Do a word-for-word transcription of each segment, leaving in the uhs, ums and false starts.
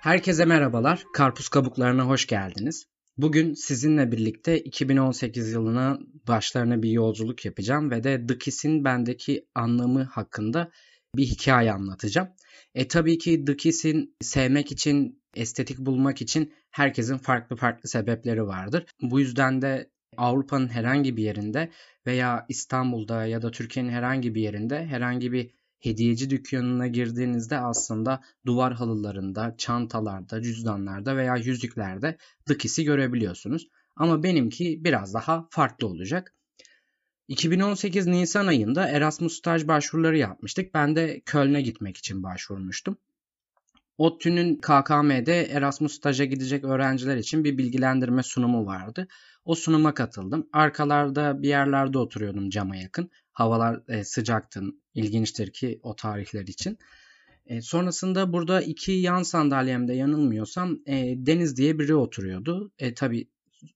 Herkese merhabalar. Karpuz kabuklarına hoş geldiniz. Bugün sizinle birlikte iki bin on sekiz yılına başlarına bir yolculuk yapacağım ve de The Kiss'in bendeki anlamı hakkında bir hikaye anlatacağım. E tabii ki The Kiss'in sevmek için, estetik bulmak için herkesin farklı farklı sebepleri vardır. Bu yüzden de Avrupa'nın herhangi bir yerinde veya İstanbul'da ya da Türkiye'nin herhangi bir yerinde herhangi bir hediyeci dükkanına girdiğinizde aslında duvar halılarında, çantalarda, cüzdanlarda veya yüzüklerde The Kiss'i görebiliyorsunuz. Ama benimki biraz daha farklı olacak. iki bin on sekiz Nisan ayında Erasmus staj başvuruları yapmıştık. Ben de Köln'e gitmek için başvurmuştum. ODTÜ'nün K K M'de Erasmus staja gidecek öğrenciler için bir bilgilendirme sunumu vardı. O sunuma katıldım. Arkalarda bir yerlerde oturuyordum cama yakın. Havalar e, sıcaktı. İlginçtir ki o tarihler için. E, sonrasında burada iki yan sandalyemde yanılmıyorsam e, Deniz diye biri oturuyordu. E, tabii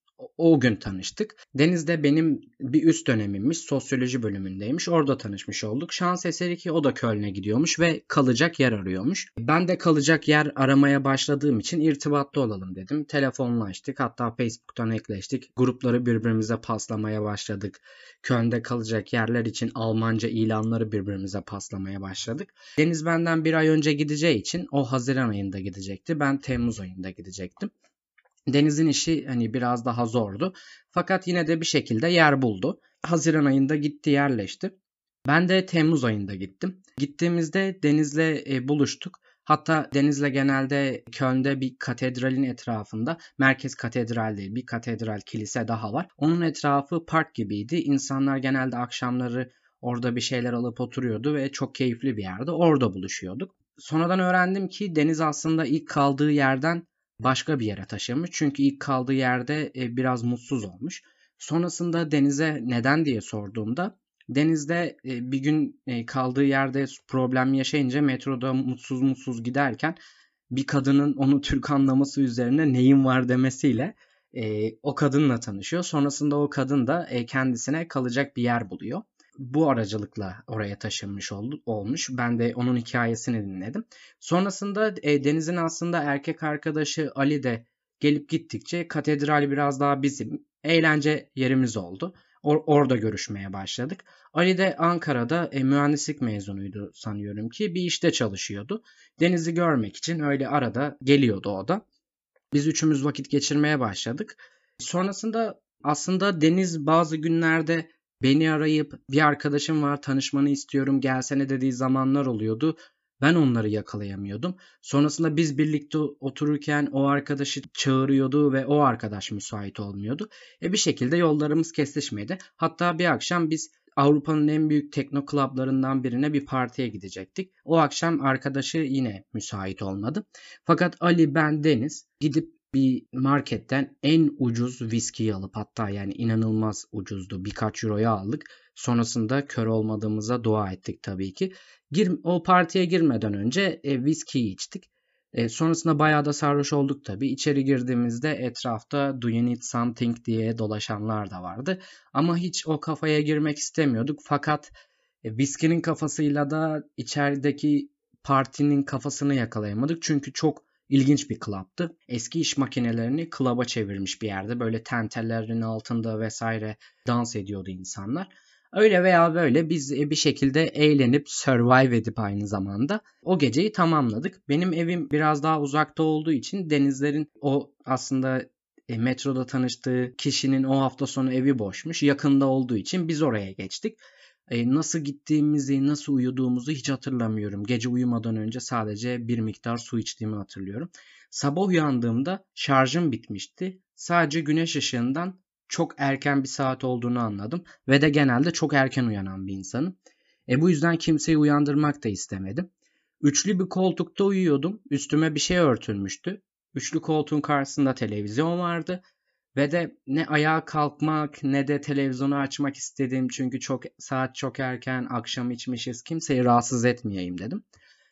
o gün tanıştık. Deniz de benim bir üst dönemimmiş. Sosyoloji bölümündeymiş. Orada tanışmış olduk. Şans eseri ki o da Köln'e gidiyormuş ve kalacak yer arıyormuş. Ben de kalacak yer aramaya başladığım için irtibatta olalım dedim. Telefonlaştık. Hatta Facebook'tan ekleştik. Grupları birbirimize paslamaya başladık. Köln'de kalacak yerler için Almanca ilanları birbirimize paslamaya başladık. Deniz benden bir ay önce gideceği için o Haziran ayında gidecekti. Ben Temmuz ayında gidecektim. Deniz'in işi hani biraz daha zordu. Fakat yine de bir şekilde yer buldu. Haziran ayında gitti, yerleşti. Ben de Temmuz ayında gittim. Gittiğimizde Deniz'le e, buluştuk. Hatta Deniz'le genelde Köln'de bir katedralin etrafında, merkez katedral değil, bir katedral kilise daha var. Onun etrafı park gibiydi. İnsanlar genelde akşamları orada bir şeyler alıp oturuyordu ve çok keyifli bir yerde. Orada buluşuyorduk. Sonradan öğrendim ki Deniz aslında ilk kaldığı yerden başka bir yere taşınmış. Çünkü ilk kaldığı yerde e, biraz mutsuz olmuş. Sonrasında Deniz'e neden diye sorduğumda Deniz'de e, bir gün e, kaldığı yerde problem yaşayınca metroda mutsuz mutsuz giderken bir kadının onu Türk anlaması üzerine neyin var demesiyle e, o kadınla tanışıyor. Sonrasında o kadın da e, kendisine kalacak bir yer buluyor. Bu aracılıkla oraya taşınmış oldu, olmuş. Ben de onun hikayesini dinledim. Sonrasında e, Deniz'in aslında erkek arkadaşı Ali de gelip gittikçe katedral biraz daha bizim eğlence yerimiz oldu. Or- orada görüşmeye başladık. Ali de Ankara'da e, mühendislik mezunuydu sanıyorum ki bir işte çalışıyordu. Deniz'i görmek için öyle arada geliyordu o da. Biz üçümüz vakit geçirmeye başladık. Sonrasında aslında Deniz bazı günlerde beni arayıp bir arkadaşım var tanışmanı istiyorum gelsene dediği zamanlar oluyordu. Ben onları yakalayamıyordum. Sonrasında biz birlikte otururken o arkadaşı çağırıyordu ve o arkadaş müsait olmuyordu. E bir şekilde yollarımız kesişmedi. Hatta bir akşam biz Avrupa'nın en büyük tekno klaplarından birine bir partiye gidecektik. O akşam arkadaşı yine müsait olmadı. Fakat Ali, ben, Deniz gidip bir marketten en ucuz viskiyi alıp, hatta yani inanılmaz ucuzdu, birkaç euroya aldık. Sonrasında kör olmadığımıza dua ettik tabii ki. Gir, o partiye girmeden önce e, viskiyi içtik. E, sonrasında bayağı da sarhoş olduk tabii. İçeri girdiğimizde etrafta "Do you need something?" diye dolaşanlar da vardı. Ama hiç o kafaya girmek istemiyorduk. Fakat e, viskinin kafasıyla da içerideki partinin kafasını yakalayamadık. Çünkü çok ilginç bir club'tı. Eski iş makinelerini club'a çevirmiş bir yerde. Böyle tentellerin altında vesaire dans ediyordu insanlar. Öyle veya böyle biz bir şekilde eğlenip survive edip aynı zamanda o geceyi tamamladık. Benim evim biraz daha uzakta olduğu için Denizlerin o aslında e, metroda tanıştığı kişinin o hafta sonu evi boşmuş. Yakında olduğu için biz oraya geçtik. E, nasıl gittiğimizi, nasıl uyuduğumuzu hiç hatırlamıyorum. Gece uyumadan önce sadece bir miktar su içtiğimi hatırlıyorum. Sabah uyandığımda şarjım bitmişti. Sadece güneş ışığından çok erken bir saat olduğunu anladım. Ve de genelde çok erken uyanan bir insanım. E bu yüzden kimseyi uyandırmak da istemedim. Üçlü bir koltukta uyuyordum. Üstüme bir şey örtülmüştü. Üçlü koltuğun karşısında televizyon vardı. Ve de ne ayağa kalkmak ne de televizyonu açmak istedim. Çünkü çok saat çok erken, akşam içmişiz. Kimseyi rahatsız etmeyeyim dedim.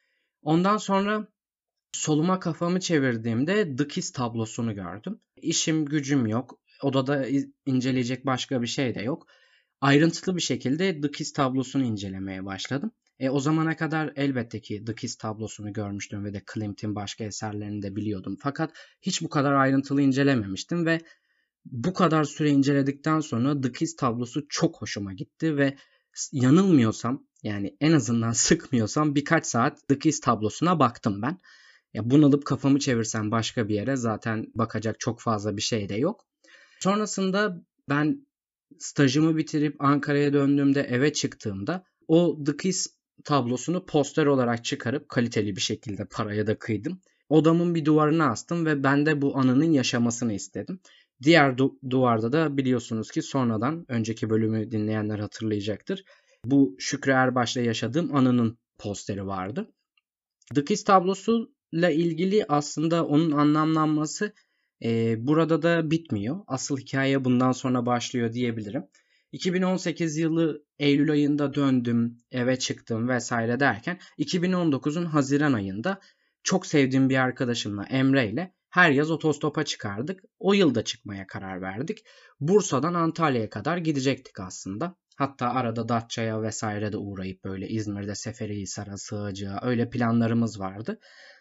Ondan sonra soluma kafamı çevirdiğimde The Kiss tablosunu gördüm. İşim gücüm yok. Odada inceleyecek başka bir şey de yok. Ayrıntılı bir şekilde The Kiss tablosunu incelemeye başladım. E, o zamana kadar elbette ki The Kiss tablosunu görmüştüm ve de Klimt'in başka eserlerini de biliyordum. Fakat hiç bu kadar ayrıntılı incelememiştim ve bu kadar süre inceledikten sonra The Kiss tablosu çok hoşuma gitti ve yanılmıyorsam, yani en azından sıkmıyorsam birkaç saat The Kiss tablosuna baktım ben. Ya bunalıp kafamı çevirsem başka bir yere zaten bakacak çok fazla bir şey de yok. Sonrasında ben stajımı bitirip Ankara'ya döndüğümde, eve çıktığımda o The Kiss tablosunu poster olarak çıkarıp kaliteli bir şekilde paraya da kıydım. Odamın bir duvarına astım ve ben de bu anının yaşamasını istedim. Diğer du- duvarda da biliyorsunuz ki sonradan, önceki bölümü dinleyenler hatırlayacaktır, bu Şükrü Erbaş'la yaşadığım anının posteri vardı. The Kiss tablosuyla ilgili aslında onun anlamlanması e, burada da bitmiyor. Asıl hikaye bundan sonra başlıyor diyebilirim. iki bin on sekiz yılı Eylül ayında döndüm, eve çıktım vesaire derken iki bin on dokuzun Haziran ayında çok sevdiğim bir arkadaşımla, Emre ile her yaz otostopa çıkardık. O yılda çıkmaya karar verdik. Bursa'dan Antalya'ya kadar gidecektik aslında. Hatta arada Datça'ya vesaire de uğrayıp böyle İzmir'de Seferihisar'a, Sığacık'a, öyle planlarımız vardı.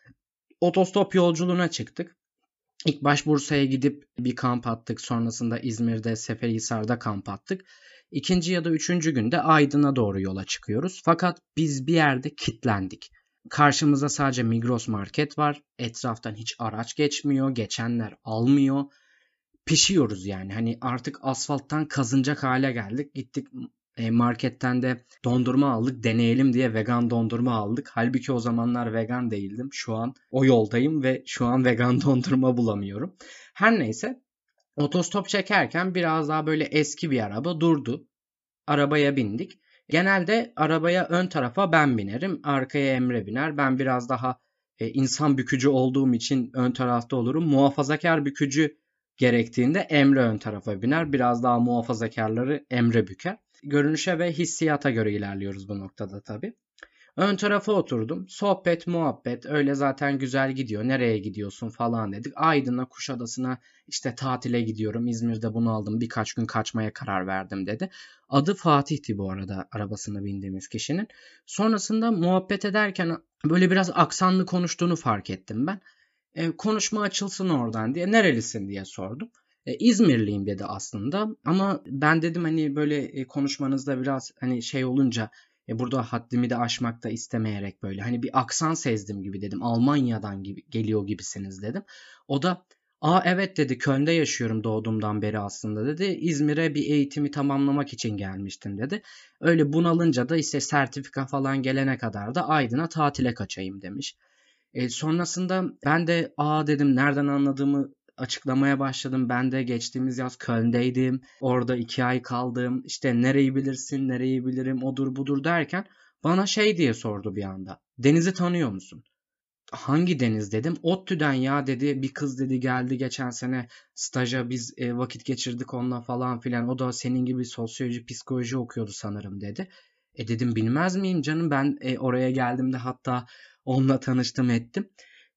Otostop yolculuğuna çıktık. İlk baş Bursa'ya gidip bir kamp attık. Sonrasında İzmir'de Seferihisar'da kamp attık. İkinci ya da üçüncü günde Aydın'a doğru yola çıkıyoruz. Fakat biz bir yerde kilitlendik. Karşımızda sadece Migros market var. Etraftan hiç araç geçmiyor. Geçenler almıyor. Pişiyoruz yani. Hani artık asfalttan kazınacak hale geldik. Gittik e, marketten de dondurma aldık. Deneyelim diye vegan dondurma aldık. Halbuki o zamanlar vegan değildim. Şu an o yoldayım ve şu an vegan dondurma bulamıyorum. Her neyse, otostop çekerken biraz daha böyle eski bir araba durdu. Arabaya bindik. Genelde arabaya ön tarafa ben binerim. Arkaya Emre biner. Ben biraz daha e, insan bükücü olduğum için ön tarafta olurum. Muhafazakar bükücü gerektiğinde Emre ön tarafa biner. Biraz daha muhafazakarları Emre büker. Görünüşe ve hissiyata göre ilerliyoruz bu noktada tabii. Ön tarafa oturdum. Sohbet, muhabbet öyle zaten güzel gidiyor. Nereye gidiyorsun falan dedik. Aydın'a, Kuşadası'na işte tatile gidiyorum. İzmir'de bunu aldım. Birkaç gün kaçmaya karar verdim dedi. Adı Fatih'ti bu arada arabasına bindiğimiz kişinin. Sonrasında muhabbet ederken böyle biraz aksanlı konuştuğunu fark ettim ben. E, konuşma açılsın oradan diye. Nerelisin diye sordum. E, İzmirliyim dedi aslında. Ama ben dedim hani böyle e, konuşmanızda biraz hani şey olunca e, burada haddimi de aşmak da istemeyerek böyle hani bir aksan sezdim gibi dedim. Almanya'dan gibi geliyor gibisiniz dedim. O da aa evet dedi, Köln'de yaşıyorum doğduğumdan beri aslında dedi. İzmir'e bir eğitimi tamamlamak için gelmiştim dedi. Öyle bunalınca da işte sertifika falan gelene kadar da Aydın'a tatile kaçayım demiş. E, sonrasında ben de aa dedim, nereden anladığımı açıklamaya başladım. Ben de geçtiğimiz yaz Köln'deydim. Orada iki ay kaldım. İşte nereyi bilirsin, nereyi bilirim, odur budur derken bana şey diye sordu bir anda. Deniz'i tanıyor musun? Hangi deniz dedim. ODTÜ'den ya dedi. Bir kız dedi geldi geçen sene staja, biz e, vakit geçirdik onunla falan filan. O da senin gibi sosyoloji, psikoloji okuyordu sanırım dedi. E dedim bilmez miyim canım, ben e, oraya geldiğimde hatta onunla tanıştım ettim.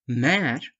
Meğer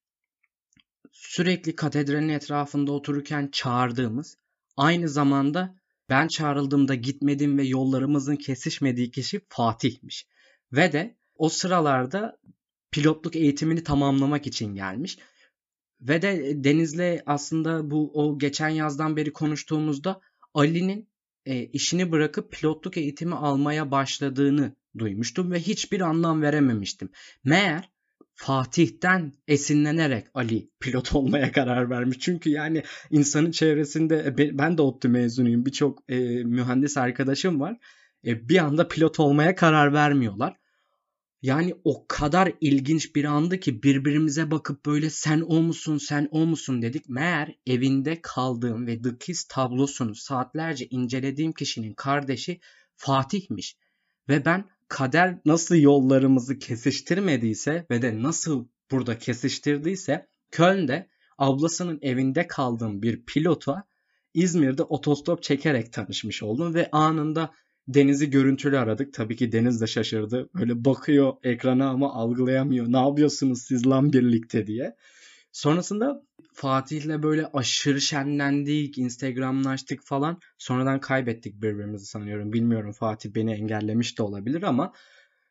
sürekli katedralin etrafında otururken çağırdığımız, aynı zamanda ben çağrıldığımda gitmediğim ve yollarımızın kesişmediği kişi Fatih'miş. Ve de o sıralarda pilotluk eğitimini tamamlamak için gelmiş. Ve de Deniz'le aslında bu o geçen yazdan beri konuştuğumuzda Ali'nin e, işini bırakıp pilotluk eğitimi almaya başladığını duymuştum ve hiçbir anlam verememiştim. Meğer Fatih'ten esinlenerek Ali pilot olmaya karar vermiş. Çünkü yani insanın çevresinde ben de ODTÜ mezunuyum. Birçok e, mühendis arkadaşım var. E, bir anda pilot olmaya karar vermiyorlar. Yani o kadar ilginç bir andı ki birbirimize bakıp böyle sen o musun sen o musun dedik. Meğer evinde kaldığım ve The Kiss tablosunu saatlerce incelediğim kişinin kardeşi Fatih'miş. Ve ben kader nasıl yollarımızı kesiştirmediyse ve de nasıl burada kesiştirdiyse Köln'de ablasının evinde kaldığım bir pilota İzmir'de otostop çekerek tanışmış oldum ve anında Deniz'i görüntülü aradık. Tabii ki Deniz de şaşırdı. Böyle bakıyor ekrana ama algılayamıyor. Ne yapıyorsunuz siz lan birlikte diye. Sonrasında Fatih'le böyle aşırı şenlendik, Instagramlaştık falan. Sonradan kaybettik birbirimizi sanıyorum. Bilmiyorum, Fatih beni engellemiş de olabilir ama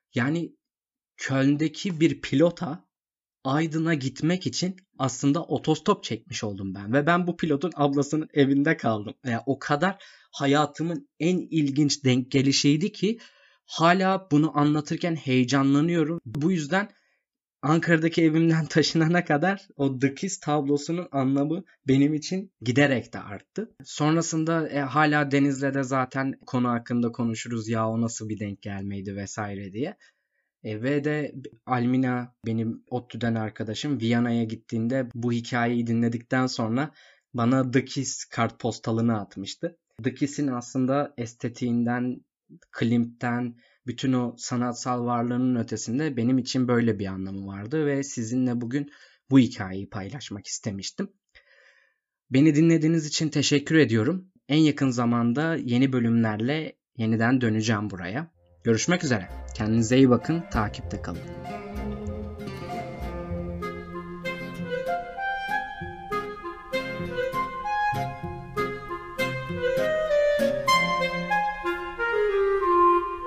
Yani Köln'deki bir pilota Aydın'a gitmek için aslında otostop çekmiş oldum ben. Ve ben bu pilotun ablasının evinde kaldım. Yani o kadar hayatımın en ilginç denk gelişiydi ki hala bunu anlatırken heyecanlanıyorum. Bu yüzden Ankara'daki evimden taşınana kadar o The Kiss tablosunun anlamı benim için giderek de arttı. Sonrasında e, hala Deniz'le de zaten konu hakkında konuşuruz, ya o nasıl bir denk gelmeydi vesaire diye. E, ve de Almina, benim ODTÜ'den arkadaşım, Viyana'ya gittiğinde bu hikayeyi dinledikten sonra bana The Kiss kartpostalını atmıştı. The Kiss'in aslında estetiğinden, Klimt'ten, bütün o sanatsal varlığının ötesinde benim için böyle bir anlamı vardı ve sizinle bugün bu hikayeyi paylaşmak istemiştim. Beni dinlediğiniz için teşekkür ediyorum. En yakın zamanda yeni bölümlerle yeniden döneceğim buraya. Görüşmek üzere. Kendinize iyi bakın. Takipte kalın.